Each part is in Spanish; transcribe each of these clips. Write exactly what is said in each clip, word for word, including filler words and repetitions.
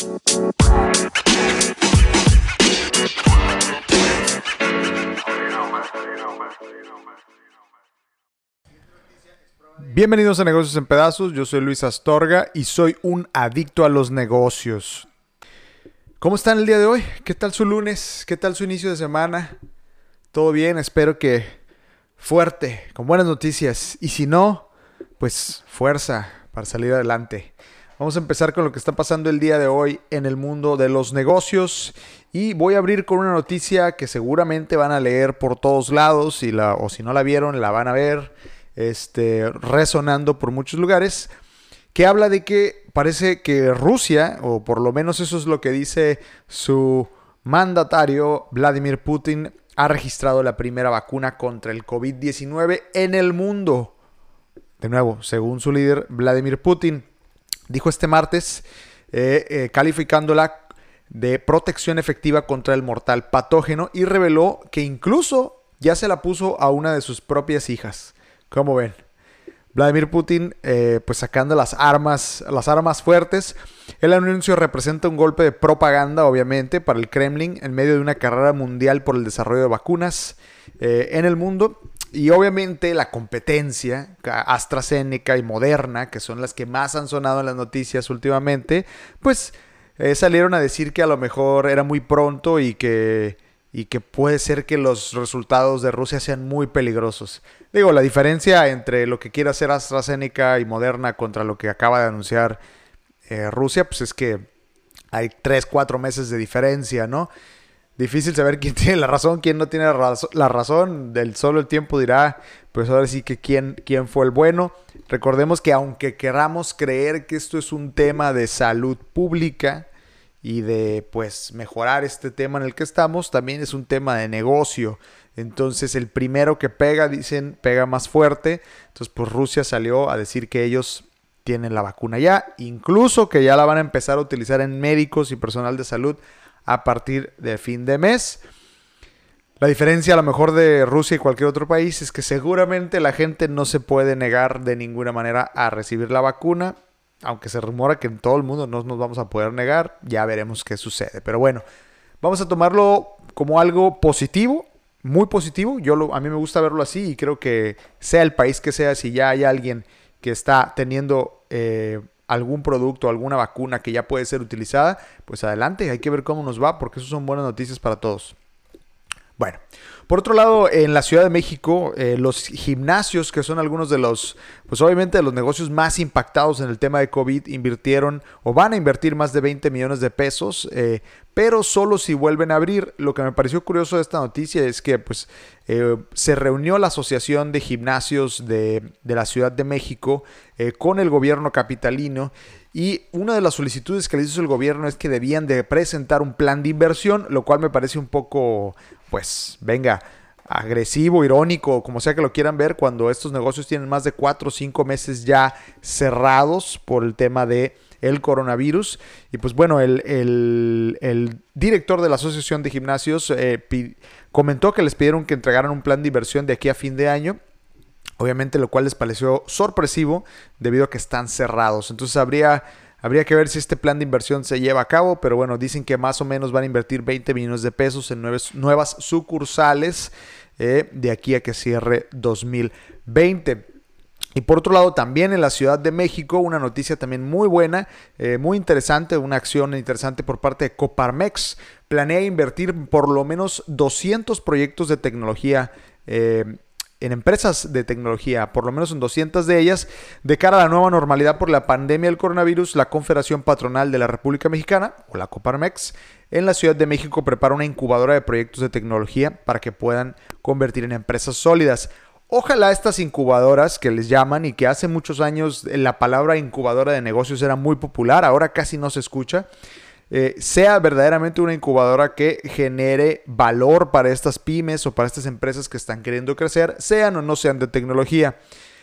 Bienvenidos a Negocios en Pedazos, yo soy Luis Astorga y soy un adicto a los negocios. ¿Cómo están el día de hoy? ¿Qué tal su lunes? ¿Qué tal su inicio de semana? ¿Todo bien? Espero que fuerte, con buenas noticias. Y si no, pues fuerza para salir adelante. Vamos a empezar con lo que está pasando el día de hoy en el mundo de los negocios. Y voy a abrir con una noticia que seguramente van a leer por todos lados. Y la, o si no la vieron, la van a ver. Este, resonando por muchos lugares, que habla de que parece que Rusia, o por lo menos eso es lo que dice su mandatario Vladimir Putin, ha registrado la primera vacuna contra el covid diecinueve en el mundo. De nuevo, según su líder Vladimir Putin, dijo este martes, eh, eh, calificándola de protección efectiva contra el mortal patógeno, y reveló que incluso ya se la puso a una de sus propias hijas. ¿Cómo ven? Vladimir Putin, eh, pues sacando las armas, las armas fuertes. El anuncio representa un golpe de propaganda, obviamente, para el Kremlin en medio de una carrera mundial por el desarrollo de vacunas eh, en el mundo. Y obviamente la competencia, AstraZeneca y Moderna, que son las que más han sonado en las noticias últimamente, pues eh, salieron a decir que a lo mejor era muy pronto y que... y que puede ser que los resultados de Rusia sean muy peligrosos. Digo, la diferencia entre lo que quiere hacer AstraZeneca y Moderna contra lo que acaba de anunciar eh, Rusia, pues es que hay tres, cuatro meses de diferencia, ¿no? Difícil saber quién tiene la razón, quién no tiene la, razo- la razón. Del solo el tiempo dirá, pues ahora sí que quién, quién fue el bueno. Recordemos que aunque queramos creer que esto es un tema de salud pública, y de pues mejorar este tema en el que estamos, también es un tema de negocio. Entonces el primero que pega, dicen, pega más fuerte. Entonces pues Rusia salió a decir que ellos tienen la vacuna ya, incluso que ya la van a empezar a utilizar en médicos y personal de salud a partir de fin de mes. La diferencia a lo mejor de Rusia y cualquier otro país es que seguramente la gente no se puede negar de ninguna manera a recibir la vacuna. Aunque se rumora que en todo el mundo no nos vamos a poder negar, ya veremos qué sucede. Pero bueno, vamos a tomarlo como algo positivo, muy positivo. Yo lo, a mí me gusta verlo así y creo que sea el país que sea, si ya hay alguien que está teniendo eh, algún producto, alguna vacuna que ya puede ser utilizada, pues adelante, hay que ver cómo nos va, porque eso son buenas noticias para todos. Bueno, por otro lado, en la Ciudad de México, eh, los gimnasios, que son algunos de los, pues obviamente de los negocios más impactados en el tema de COVID, invirtieron o van a invertir más de veinte millones de pesos, eh, pero solo si vuelven a abrir. Lo que me pareció curioso de esta noticia es que pues eh, se reunió la Asociación de Gimnasios de, de la Ciudad de México eh, con el gobierno capitalino. Y una de las solicitudes que les hizo el gobierno es que debían de presentar un plan de inversión, lo cual me parece un poco, pues, venga, agresivo, irónico, como sea que lo quieran ver, cuando estos negocios tienen más de cuatro o cinco meses ya cerrados por el tema de el coronavirus. Y pues bueno, el, el, el director de la Asociación de Gimnasios eh, pi- comentó que les pidieron que entregaran un plan de inversión de aquí a fin de año. Obviamente, lo cual les pareció sorpresivo debido a que están cerrados. Entonces habría, habría que ver si este plan de inversión se lleva a cabo. Pero bueno, dicen que más o menos van a invertir veinte millones de pesos en nuevas, nuevas sucursales eh, de aquí a que cierre dos mil veinte. Y por otro lado, también en la Ciudad de México, una noticia también muy buena, eh, muy interesante, una acción interesante por parte de Coparmex. Planea invertir por lo menos doscientos proyectos de tecnología eh, en empresas de tecnología, por lo menos en doscientas de ellas, de cara a la nueva normalidad por la pandemia del coronavirus. La Confederación Patronal de la República Mexicana, o la Coparmex, en la Ciudad de México prepara una incubadora de proyectos de tecnología para que puedan convertir en empresas sólidas. Ojalá estas incubadoras que les llaman, y que hace muchos años la palabra incubadora de negocios era muy popular, ahora casi no se escucha, Eh, sea verdaderamente una incubadora que genere valor para estas pymes o para estas empresas que están queriendo crecer, sean o no sean de tecnología.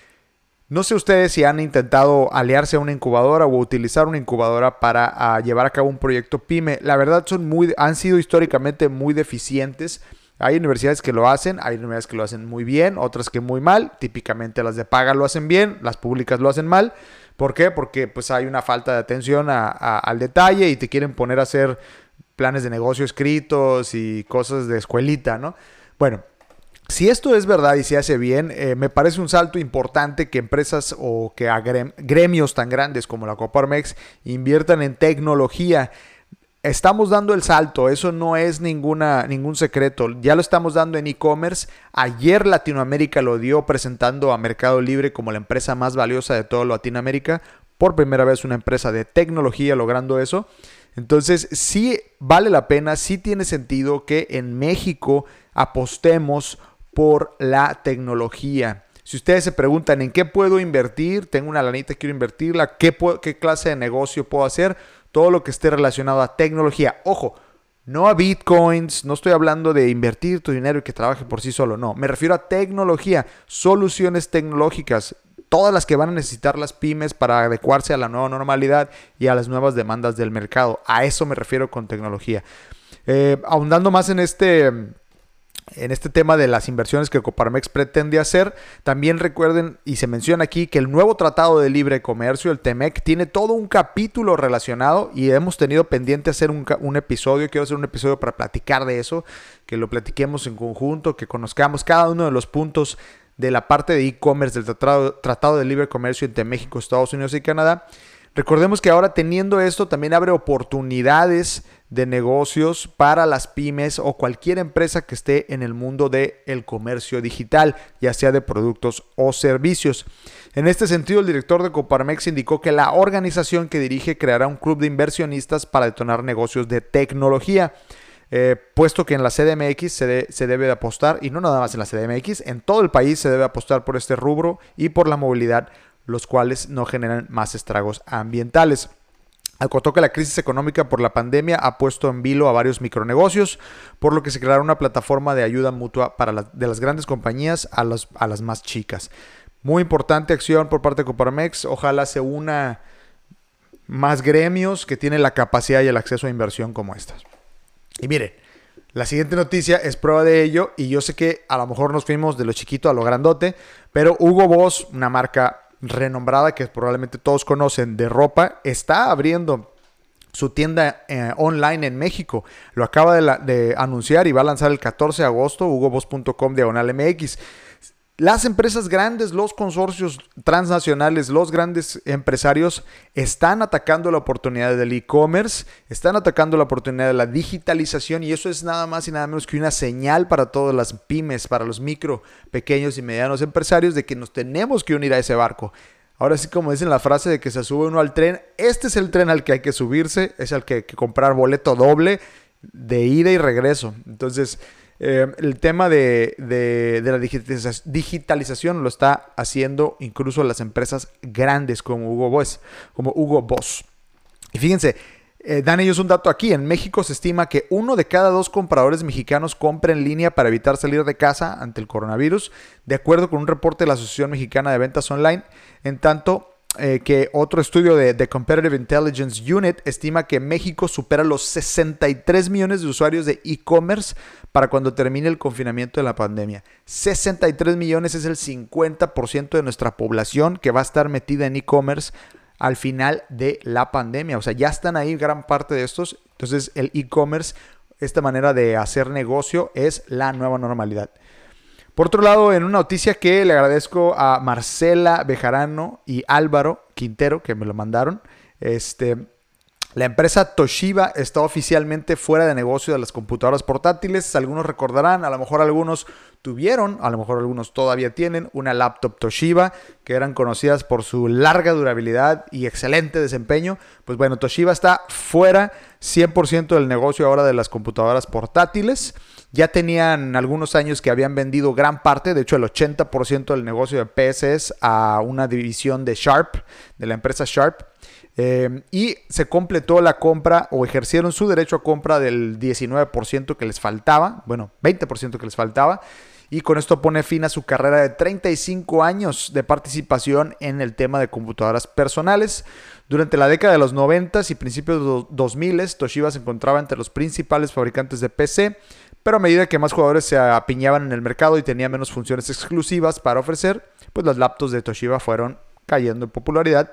No sé ustedes si han intentado aliarse a una incubadora o utilizar una incubadora para uh, llevar a cabo un proyecto pyme. La verdad son muy, han sido históricamente muy deficientes. Hay universidades que lo hacen, hay universidades que lo hacen muy bien, otras que muy mal. Típicamente las de paga lo hacen bien, las públicas lo hacen mal. ¿Por qué? Porque pues hay una falta de atención a, a, al detalle y te quieren poner a hacer planes de negocio escritos y cosas de escuelita, ¿no? Bueno, si esto es verdad y se hace bien, eh, me parece un salto importante que empresas o que gremios tan grandes como la Coparmex inviertan en tecnología. Estamos dando el salto, eso no es ninguna, ningún secreto, ya lo estamos dando en e-commerce. Ayer Latinoamérica lo dio presentando a Mercado Libre como la empresa más valiosa de toda Latinoamérica. Por primera vez una empresa de tecnología logrando eso. Entonces sí vale la pena, sí tiene sentido que en México apostemos por la tecnología. Si ustedes se preguntan en qué puedo invertir, tengo una lanita, quiero invertirla, ¿qué, puedo, qué clase de negocio puedo hacer? Todo lo que esté relacionado a tecnología. Ojo, no a bitcoins, no estoy hablando de invertir tu dinero y que trabaje por sí solo, no. Me refiero a tecnología, soluciones tecnológicas, todas las que van a necesitar las pymes para adecuarse a la nueva normalidad y a las nuevas demandas del mercado. A eso me refiero con tecnología. Eh, ahondando más en este... En este tema de las inversiones que Coparmex pretende hacer, también recuerden y se menciona aquí que el nuevo Tratado de Libre Comercio, el T M E C, tiene todo un capítulo relacionado y hemos tenido pendiente hacer un, un episodio. Quiero hacer un episodio para platicar de eso, que lo platiquemos en conjunto, que conozcamos cada uno de los puntos de la parte de e-commerce del Tratado, Tratado de Libre Comercio entre México, Estados Unidos y Canadá. Recordemos que ahora teniendo esto también abre oportunidades de negocios para las pymes o cualquier empresa que esté en el mundo del comercio digital, ya sea de productos o servicios. En este sentido, el director de Coparmex indicó que la organización que dirige creará un club de inversionistas para detonar negocios de tecnología, eh, puesto que en la C D M X se, de, se debe de apostar, y no nada más en la C D M X, en todo el país se debe apostar por este rubro y por la movilidad, los cuales no generan más estragos ambientales. Acotó que la crisis económica por la pandemia ha puesto en vilo a varios micronegocios, por lo que se creará una plataforma de ayuda mutua para la, de las grandes compañías a, los, a las más chicas. Muy importante acción por parte de Coparmex. Ojalá se una más gremios que tienen la capacidad y el acceso a inversión como estas. Y miren, la siguiente noticia es prueba de ello, y yo sé que a lo mejor nos fuimos de lo chiquito a lo grandote, pero Hugo Boss, una marca renombrada que probablemente todos conocen de ropa, está abriendo su tienda eh, online en México. Lo acaba de, la, de anunciar y va a lanzar el catorce de agosto, hugoboss punto com diagonal M X. Las empresas grandes, los consorcios transnacionales, los grandes empresarios están atacando la oportunidad del e-commerce, están atacando la oportunidad de la digitalización, y eso es nada más y nada menos que una señal para todas las pymes, para los micro, pequeños y medianos empresarios, de que nos tenemos que unir a ese barco. Ahora sí, como dicen la frase de que se sube uno al tren, este es el tren al que hay que subirse, es al que hay que comprar boleto doble de ida y regreso. Entonces, Eh, el tema de, de, de la digitalización lo está haciendo incluso las empresas grandes como Hugo Boss, como Hugo Boss. Y fíjense, eh, dan ellos un dato aquí. En México se estima que uno de cada dos compradores mexicanos compra en línea para evitar salir de casa ante el coronavirus, de acuerdo con un reporte de la Asociación Mexicana de Ventas Online. En tanto, Eh, que otro estudio de The Competitive Intelligence Unit estima que México supera los sesenta y tres millones de usuarios de e-commerce para cuando termine el confinamiento de la pandemia. sesenta y tres millones es el cincuenta por ciento de nuestra población que va a estar metida en e-commerce al final de la pandemia. O sea, ya están ahí gran parte de estos. Entonces, el e-commerce, esta manera de hacer negocio, es la nueva normalidad. Por otro lado, en una noticia que le agradezco a Marcela Bejarano y Álvaro Quintero, que me lo mandaron, este, la empresa Toshiba está oficialmente fuera de negocio de las computadoras portátiles. Algunos recordarán, a lo mejor algunos tuvieron, a lo mejor algunos todavía tienen una laptop Toshiba, que eran conocidas por su larga durabilidad y excelente desempeño. Pues bueno, Toshiba está fuera cien por ciento del negocio ahora de las computadoras portátiles. Ya tenían algunos años que habían vendido gran parte, de hecho el ochenta por ciento del negocio de P C s a una división de Sharp, de la empresa Sharp. Eh, y se completó la compra, o ejercieron su derecho a compra del diecinueve por ciento que les faltaba, bueno, veinte por ciento que les faltaba, y con esto pone fin a su carrera de treinta y cinco años de participación en el tema de computadoras personales. Durante la década de los noventa y principios de los dos mil, Toshiba se encontraba entre los principales fabricantes de P C, pero a medida que más jugadores se apiñaban en el mercado y tenía menos funciones exclusivas para ofrecer, pues las laptops de Toshiba fueron cayendo en popularidad.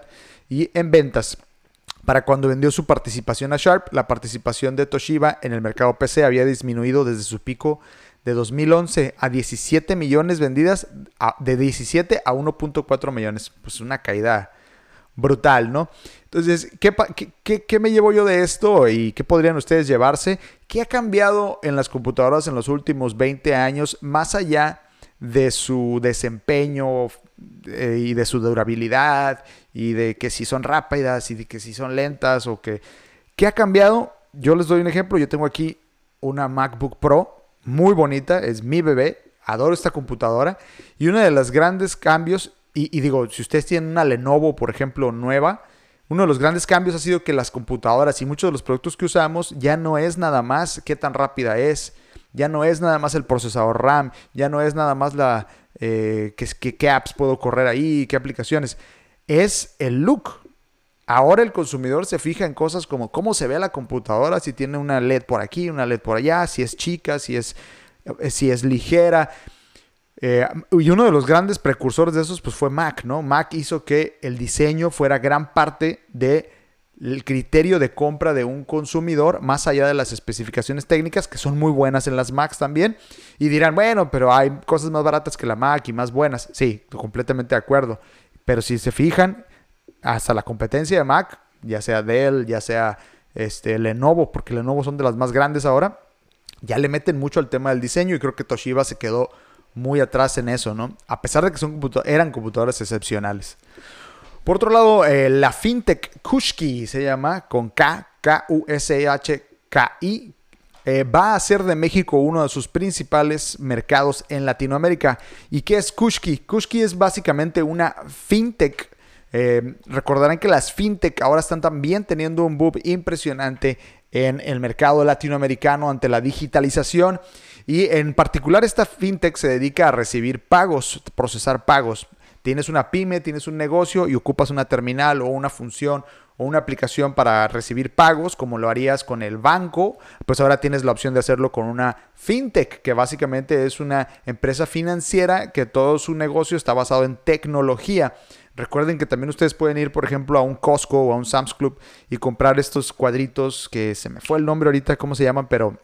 y en ventas. Para cuando vendió su participación a Sharp, la participación de Toshiba en el mercado P C había disminuido desde su pico de dos mil once a diecisiete millones vendidas, a, de diecisiete a uno punto cuatro millones. Pues una caída brutal, ¿no? Entonces, ¿qué, qué, qué, ¿qué me llevo yo de esto y qué podrían ustedes llevarse? ¿Qué ha cambiado en las computadoras en los últimos veinte años más allá de su desempeño eh, y de su durabilidad y de que si son rápidas y de que si son lentas o que... ¿Qué ha cambiado? Yo les doy un ejemplo. Yo tengo aquí una MacBook Pro muy bonita, es mi bebé, adoro esta computadora y uno de los grandes cambios, y, y digo, si ustedes tienen una Lenovo, por ejemplo, nueva, uno de los grandes cambios ha sido que las computadoras y muchos de los productos que usamos ya no es nada más qué tan rápida es, ya no es nada más el procesador RAM, ya no es nada más la eh, qué, qué, qué apps puedo correr ahí, qué aplicaciones, es el look. Ahora el consumidor se fija en cosas como cómo se ve la computadora, si tiene una L E D por aquí, una L E D por allá, si es chica, si es, si es ligera. Eh, y uno de los grandes precursores de esos pues fue Mac, ¿no? Mac hizo que el diseño fuera gran parte del criterio de compra de un consumidor, más allá de las especificaciones técnicas, que son muy buenas en las Macs también. Y dirán, bueno, pero hay cosas más baratas que la Mac y más buenas. Sí, completamente de acuerdo. Pero si se fijan, hasta la competencia de Mac, ya sea Dell, ya sea este, Lenovo, porque Lenovo son de las más grandes ahora, ya le meten mucho al tema del diseño y creo que Toshiba se quedó muy atrás en eso, ¿no? A pesar de que son computa- eran computadoras excepcionales. Por otro lado, eh, la fintech Kushki se llama, con K, K U S H K I, eh, va a ser de México uno de sus principales mercados en Latinoamérica. ¿Y qué es Kushki? Kushki es básicamente una fintech. Eh, recordarán que las fintech ahora están también teniendo un boom impresionante en el mercado latinoamericano ante la digitalización y en particular esta fintech se dedica a recibir pagos, procesar pagos. Tienes una pyme, tienes un negocio y ocupas una terminal o una función o una aplicación para recibir pagos como lo harías con el banco, pues ahora tienes la opción de hacerlo con una fintech, que básicamente es una empresa financiera que todo su negocio está basado en tecnología. Recuerden que también ustedes pueden ir, por ejemplo, a un Costco o a un Sam's Club y comprar estos cuadritos que se me fue el nombre ahorita, cómo se llaman, pero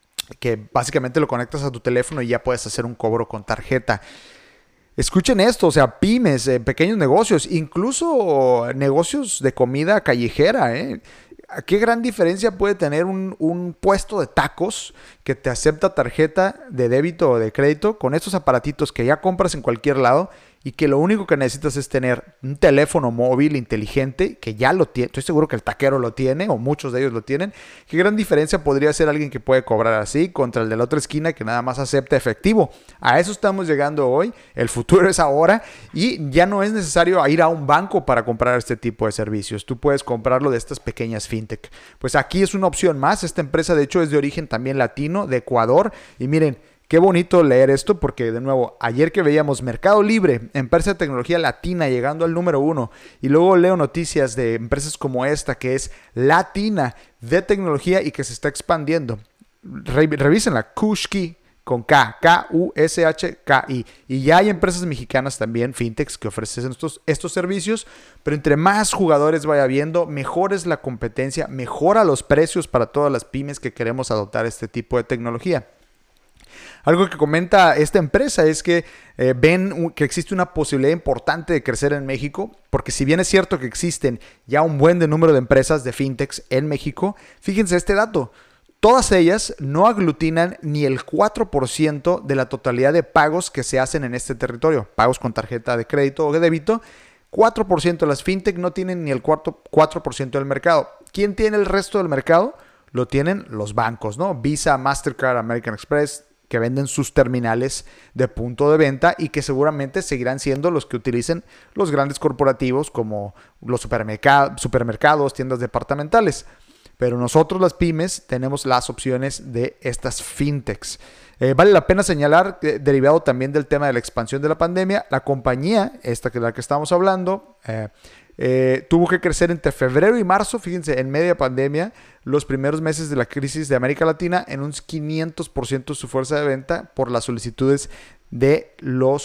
que básicamente lo conectas a tu teléfono y ya puedes hacer un cobro con tarjeta. Escuchen esto, o sea, pymes, eh, pequeños negocios, incluso negocios de comida callejera, ¿eh? ¿Qué gran diferencia puede tener un, un puesto de tacos que te acepta tarjeta de débito o de crédito con estos aparatitos que ya compras en cualquier lado y que lo único que necesitas es tener un teléfono móvil inteligente que ya lo tiene? Estoy seguro que el taquero lo tiene o muchos de ellos lo tienen. ¿Qué gran diferencia podría ser alguien que puede cobrar así contra el de la otra esquina que nada más acepta efectivo? A eso estamos llegando hoy. El futuro es ahora y ya no es necesario ir a un banco para comprar este tipo de servicios. Tú puedes comprarlo de estas pequeñas fintech. Pues aquí es una opción más. Esta empresa de hecho es de origen también latino, de Ecuador. Y miren, qué bonito leer esto porque, de nuevo, ayer que veíamos Mercado Libre, empresa de tecnología latina llegando al número uno, y luego leo noticias de empresas como esta que es latina de tecnología y que se está expandiendo. Re- revísenla, Kushki con K, K U S H K I. Y ya hay empresas mexicanas también, fintechs, que ofrecen estos, estos servicios, pero entre más jugadores vaya habiendo, mejor es la competencia, mejora los precios para todas las pymes que queremos adoptar este tipo de tecnología. Algo que comenta esta empresa es que eh, ven un, que existe una posibilidad importante de crecer en México, porque si bien es cierto que existen ya un buen de número de empresas de fintechs en México, fíjense este dato, todas ellas no aglutinan ni el cuatro por ciento de la totalidad de pagos que se hacen en este territorio, pagos con tarjeta de crédito o de débito. cuatro por ciento de las fintech no tienen ni el cuatro por ciento del mercado. ¿Quién tiene el resto del mercado? Lo tienen los bancos, ¿no? Visa, Mastercard, American Express, que venden sus terminales de punto de venta y que seguramente seguirán siendo los que utilicen los grandes corporativos como los supermercados, supermercados, tiendas departamentales. Pero nosotros las pymes tenemos las opciones de estas fintechs. Eh, vale la pena señalar, eh, derivado también del tema de la expansión de la pandemia, la compañía, esta que es la que estamos hablando, eh, eh, tuvo que crecer entre febrero y marzo, fíjense, en media pandemia, los primeros meses de la crisis de América Latina, en un quinientos por ciento su fuerza de venta por las solicitudes de los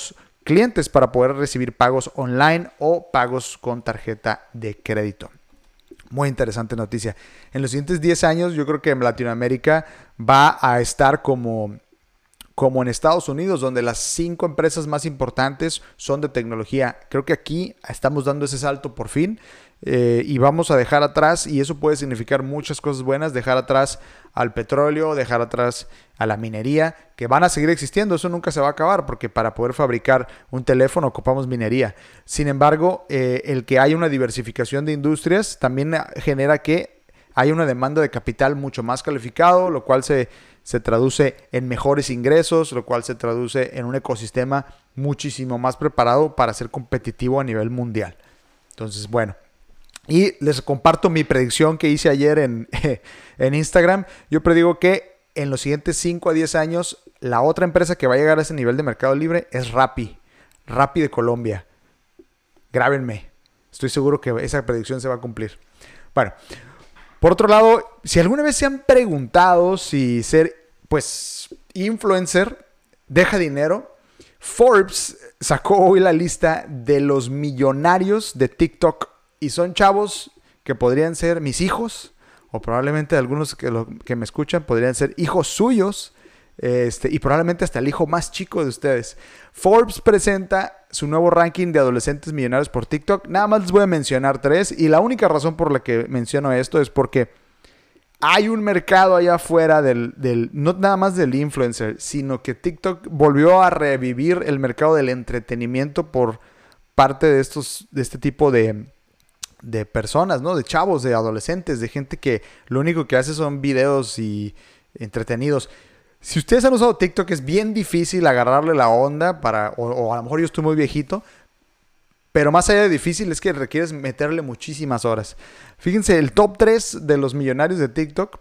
clientes para poder recibir pagos online o pagos con tarjeta de crédito. Muy interesante noticia. En los siguientes diez años yo creo que en Latinoamérica va a estar como, como en Estados Unidos, donde las cinco empresas más importantes son de tecnología. Creo que aquí estamos dando ese salto por fin eh, y vamos a dejar atrás, y eso puede significar muchas cosas buenas, dejar atrás al petróleo, dejar atrás a la minería, que van a seguir existiendo. Eso nunca se va a acabar, porque para poder fabricar un teléfono ocupamos minería. Sin embargo, eh, el que haya una diversificación de industrias también genera que haya una demanda de capital mucho más calificado, lo cual se, se traduce en mejores ingresos, lo cual se traduce en un ecosistema muchísimo más preparado para ser competitivo a nivel mundial. Entonces, bueno. Y les comparto mi predicción que hice ayer en, en Instagram. Yo predigo que en los siguientes cinco a diez años, la otra empresa que va a llegar a ese nivel de mercado libre es Rappi. Rappi de Colombia. Grábenme. Estoy seguro que esa predicción se va a cumplir. Bueno, por otro lado, si alguna vez se han preguntado si ser, pues, influencer deja dinero, Forbes sacó hoy la lista de los millonarios de TikTok. Y son chavos que podrían ser mis hijos, o probablemente algunos que, lo, que me escuchan podrían ser hijos suyos, este, y probablemente hasta el hijo más chico de ustedes. Forbes presenta su nuevo ranking de adolescentes millonarios por TikTok. Nada más les voy a mencionar tres, y la única razón por la que menciono esto es porque hay un mercado allá afuera del, del, no nada más del influencer, sino que TikTok volvió a revivir el mercado del entretenimiento por parte de estos, de este tipo de... de personas, ¿no? De chavos, de adolescentes, de gente que lo único que hace son videos y entretenidos. Si ustedes han usado TikTok, es bien difícil agarrarle la onda para, o, o a lo mejor yo estoy muy viejito, pero más allá de difícil es que requieres meterle muchísimas horas. Fíjense, el top tres de los millonarios de TikTok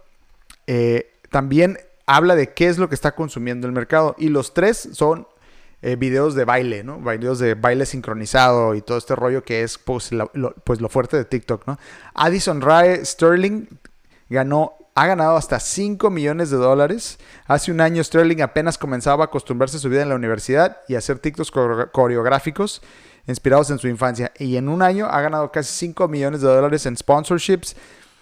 eh, también habla de qué es lo que está consumiendo el mercado, y los tres son Eh, videos de baile, ¿no? Videos de baile sincronizado y todo este rollo que es pues, la, lo, pues lo fuerte de TikTok, ¿no? Addison Rae Sterling ganó, ha ganado hasta cinco millones de dólares. Hace un año Sterling apenas comenzaba a acostumbrarse a su vida en la universidad y a hacer TikToks coreográficos inspirados en su infancia. Y en un año ha ganado casi cinco millones de dólares en sponsorships.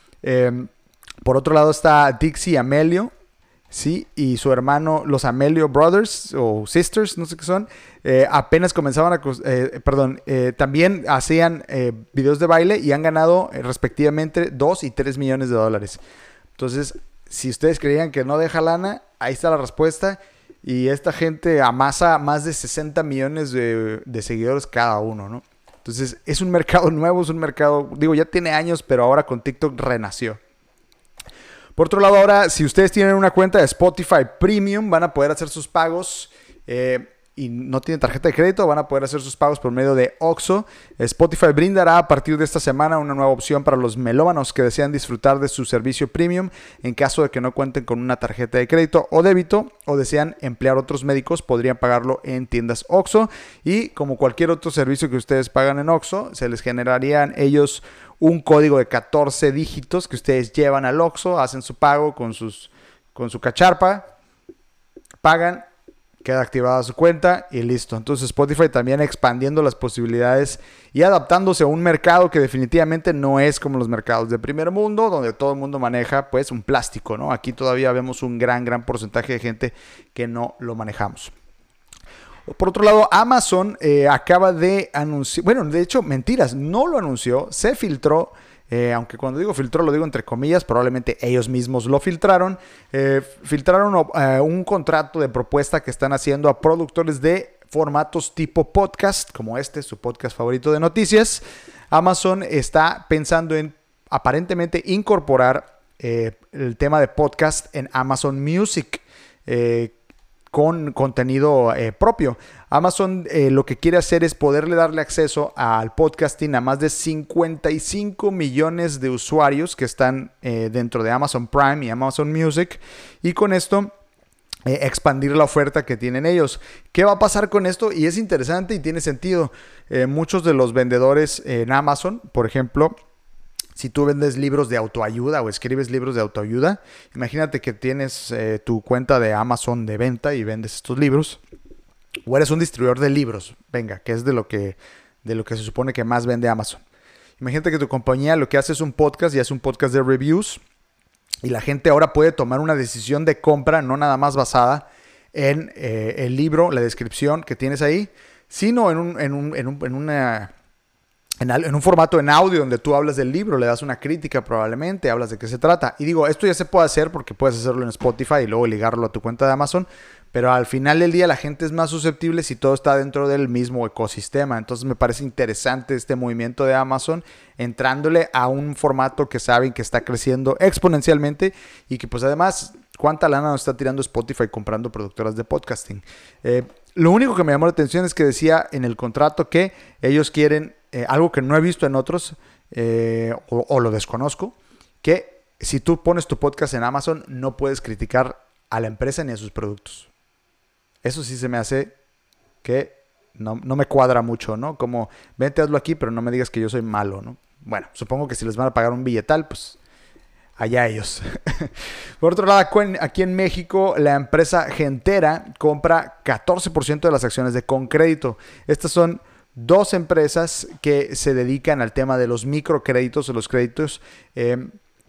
Eh, por otro lado está Dixie Amelio. Sí, y su hermano, los Amelio Brothers o Sisters, no sé qué son, eh, apenas comenzaban a... Eh, perdón, eh, también hacían eh, videos de baile y han ganado eh, respectivamente dos y tres millones de dólares. Entonces, si ustedes creían que no deja lana, ahí está la respuesta. Y esta gente amasa más de sesenta millones de, de seguidores cada uno, ¿no? Entonces, es un mercado nuevo, es un mercado, digo, ya tiene años, pero ahora con TikTok renació. Por otro lado, ahora, si ustedes tienen una cuenta de Spotify Premium, van a poder hacer sus pagos eh, y no tienen tarjeta de crédito, van a poder hacer sus pagos por medio de Oxxo. Spotify brindará a partir de esta semana una nueva opción para los melómanos que desean disfrutar de su servicio Premium en caso de que no cuenten con una tarjeta de crédito o débito o desean emplear otros médicos, podrían pagarlo en tiendas Oxxo. Y como cualquier otro servicio que ustedes pagan en Oxxo, se les generarían ellos un código de catorce dígitos que ustedes llevan al Oxxo, hacen su pago con, sus, con su cacharpa, pagan, queda activada su cuenta y listo. Entonces Spotify también expandiendo las posibilidades y adaptándose a un mercado que definitivamente no es como los mercados de primer mundo, donde todo el mundo maneja pues un plástico, ¿no? Aquí todavía vemos un gran, gran porcentaje de gente que no lo manejamos. Por otro lado, Amazon eh, acaba de anunciar, bueno, de hecho, mentiras, no lo anunció, se filtró, eh, aunque cuando digo filtró lo digo entre comillas, probablemente ellos mismos lo filtraron, eh, filtraron uh, un contrato de propuesta que están haciendo a productores de formatos tipo podcast, como este, su podcast favorito de noticias. Amazon está pensando en aparentemente incorporar eh, el tema de podcast en Amazon Music, eh, con contenido eh, propio. Amazon eh, lo que quiere hacer es poderle darle acceso al podcasting a más de cincuenta y cinco millones de usuarios que están eh, dentro de Amazon Prime y Amazon Music, y con esto eh, expandir la oferta que tienen ellos. ¿Qué va a pasar con esto? Y es interesante y tiene sentido. Eh, muchos de los vendedores en Amazon, por ejemplo, si tú vendes libros de autoayuda o escribes libros de autoayuda, imagínate que tienes eh, tu cuenta de Amazon de venta y vendes estos libros. O eres un distribuidor de libros, venga, que es de lo que, de lo que se supone que más vende Amazon. Imagínate que tu compañía lo que hace es un podcast y hace un podcast de reviews. Y la gente ahora puede tomar una decisión de compra, no nada más basada en eh, el libro, la descripción que tienes ahí, sino en un, en un, en un, en una, en, en un formato en audio donde tú hablas del libro, le das una crítica probablemente, hablas de qué se trata. Y digo, esto ya se puede hacer porque puedes hacerlo en Spotify y luego ligarlo a tu cuenta de Amazon. Pero al final del día la gente es más susceptible si todo está dentro del mismo ecosistema. Entonces me parece interesante este movimiento de Amazon entrándole a un formato que saben que está creciendo exponencialmente y que pues además cuánta lana nos está tirando Spotify comprando productoras de podcasting. Eh, lo único que me llamó la atención es que decía en el contrato que ellos quieren eh, algo que no he visto en otros eh, o, o lo desconozco, que si tú pones tu podcast en Amazon no puedes criticar a la empresa ni a sus productos. Eso sí se me hace que no, no me cuadra mucho, ¿no? Como, vente, hazlo aquí, pero no me digas que yo soy malo, ¿no? Bueno, supongo que si les van a pagar un billetal, pues allá ellos. Por otro lado, aquí en México, la empresa Gentera compra catorce por ciento de las acciones de Concrédito. Estas son dos empresas que se dedican al tema de los microcréditos o los créditos eh,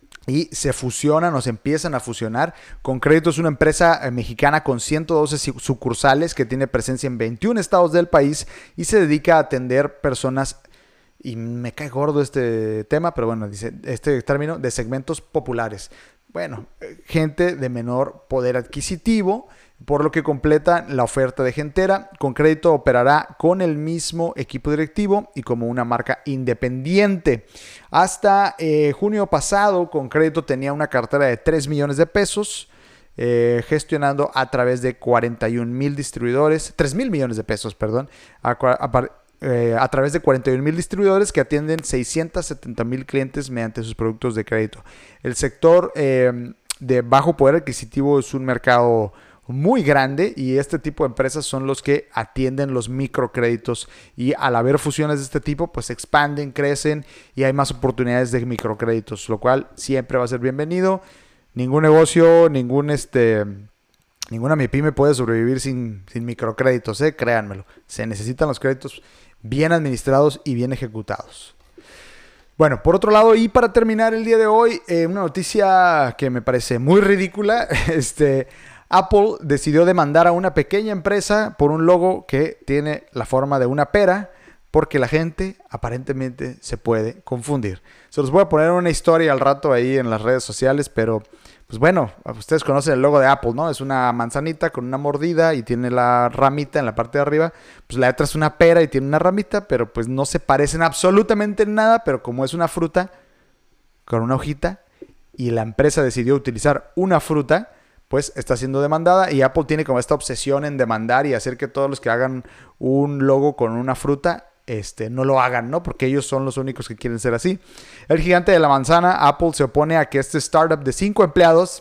y se fusionan o se empiezan a fusionar. Concrédito es una empresa mexicana con ciento doce sucursales que tiene presencia en veintiún estados del país y se dedica a atender personas, y me cae gordo este tema, pero bueno, dice este término, de segmentos populares. Bueno, gente de menor poder adquisitivo, por lo que completan la oferta de Gentera. Concrédito operará con el mismo equipo directivo y como una marca independiente. Hasta eh, junio pasado, Concrédito tenía una cartera de tres millones de pesos, eh, gestionando a través de cuarenta y un mil distribuidores, tres mil millones de pesos, perdón, a, a, eh, a través de cuarenta y un mil distribuidores que atienden seiscientos setenta mil clientes mediante sus productos de crédito. El sector eh, de bajo poder adquisitivo es un mercado muy grande y este tipo de empresas son los que atienden los microcréditos y al haber fusiones de este tipo pues expanden, crecen y hay más oportunidades de microcréditos, lo cual siempre va a ser bienvenido. Ningún negocio, ningún este, ninguna MIPYME puede sobrevivir sin, sin microcréditos, ¿eh? Créanmelo. Se necesitan los créditos bien administrados y bien ejecutados. Bueno, por otro lado, y para terminar el día de hoy, eh, una noticia que me parece muy ridícula, este... Apple decidió demandar a una pequeña empresa por un logo que tiene la forma de una pera porque la gente aparentemente se puede confundir. Se los voy a poner una historia al rato ahí en las redes sociales, pero pues bueno, ustedes conocen el logo de Apple, ¿no? Es una manzanita con una mordida y tiene la ramita en la parte de arriba. Pues la letra es una pera y tiene una ramita, pero pues no se parecen absolutamente nada, pero como es una fruta con una hojita y la empresa decidió utilizar una fruta, pues está siendo demandada y Apple tiene como esta obsesión en demandar y hacer que todos los que hagan un logo con una fruta este, no lo hagan, ¿no? Porque ellos son los únicos que quieren ser así. El gigante de la manzana, Apple, se opone a que este startup de cinco empleados,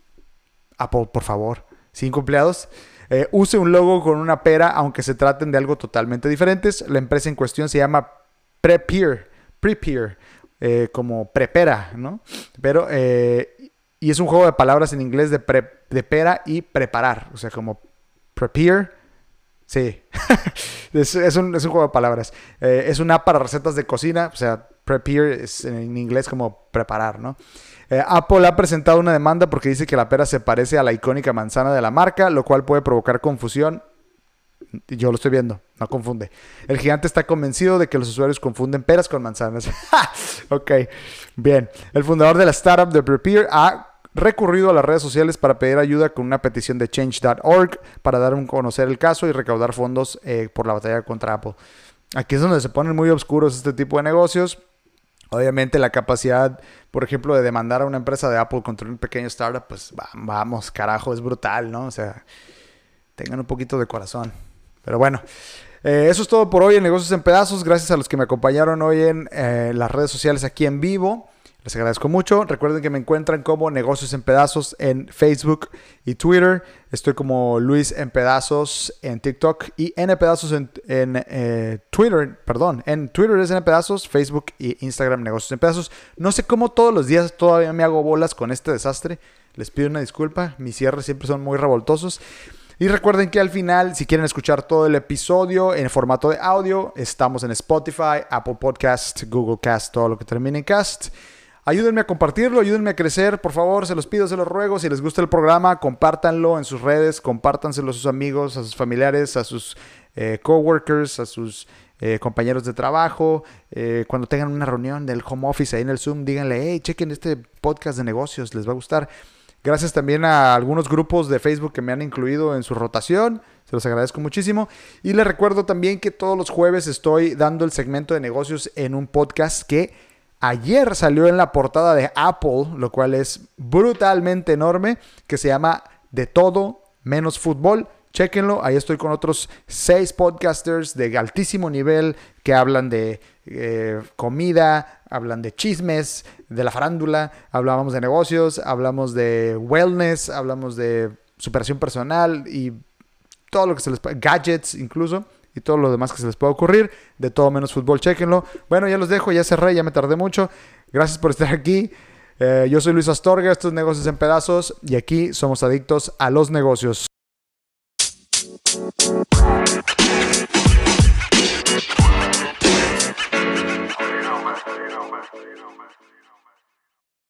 Apple, por favor, cinco empleados, eh, use un logo con una pera, aunque se traten de algo totalmente diferentes. La empresa en cuestión se llama Prepeer, Prepeer, eh, como prepera, ¿no? Pero... Eh, Y es un juego de palabras en inglés de, pre, de pera y preparar. O sea, como prepare. Sí. es, es, un, es un juego de palabras. Eh, es una app para recetas de cocina. O sea, prepare es en inglés como preparar, ¿no? Eh, Apple ha presentado una demanda porque dice que la pera se parece a la icónica manzana de la marca, lo cual puede provocar confusión. Yo lo estoy viendo, no confunde. El gigante está convencido de que los usuarios confunden peras con manzanas. Ok, bien. El fundador de la startup de Prepeer ha recurrido a las redes sociales para pedir ayuda con una petición de change punto org para dar a conocer el caso y recaudar fondos eh, por la batalla contra Apple. Aquí es donde se ponen muy oscuros este tipo de negocios. Obviamente la capacidad, por ejemplo, de demandar a una empresa de Apple contra un pequeño startup, pues vamos, carajo, es brutal, ¿no? O sea, tengan un poquito de corazón. Pero bueno, eh, eso es todo por hoy en Negocios en Pedazos. Gracias a los que me acompañaron hoy en eh, las redes sociales aquí en vivo. Les agradezco mucho. Recuerden que me encuentran como Negocios en Pedazos en Facebook y Twitter. Estoy como Luis en Pedazos en TikTok y N Pedazos en, en eh, Twitter. Perdón, en Twitter es N Pedazos, Facebook y Instagram Negocios en Pedazos. No sé cómo todos los días todavía me hago bolas con este desastre. Les pido una disculpa. Mis cierres siempre son muy revoltosos. Y recuerden que al final, si quieren escuchar todo el episodio en formato de audio, estamos en Spotify, Apple Podcast, Google Cast, todo lo que termine en Cast. Ayúdenme a compartirlo, ayúdenme a crecer, por favor, se los pido, se los ruego. Si les gusta el programa, compártanlo en sus redes, compártanselo a sus amigos, a sus familiares, a sus eh, coworkers, a sus eh, compañeros de trabajo. Eh, cuando tengan una reunión del home office ahí en el Zoom, díganle, hey, chequen este podcast de negocios, les va a gustar. Gracias también a algunos grupos de Facebook que me han incluido en su rotación. Se los agradezco muchísimo. Y les recuerdo también que todos los jueves estoy dando el segmento de negocios en un podcast que ayer salió en la portada de Apple, lo cual es brutalmente enorme, que se llama De Todo Menos Fútbol. Chéquenlo, ahí estoy con otros seis podcasters de altísimo nivel que hablan de eh, comida, hablan de chismes, de la farándula, hablamos de negocios, hablamos de wellness, hablamos de superación personal y todo lo que se les puede, gadgets incluso, y todo lo demás que se les pueda ocurrir. De Todo Menos Fútbol, chéquenlo. Bueno, ya los dejo, ya cerré, ya me tardé mucho. Gracias por estar aquí. Eh, yo soy Luis Astorga, estos Negocios en Pedazos, y aquí somos adictos a los negocios. You know, man. You know, man. You know, man.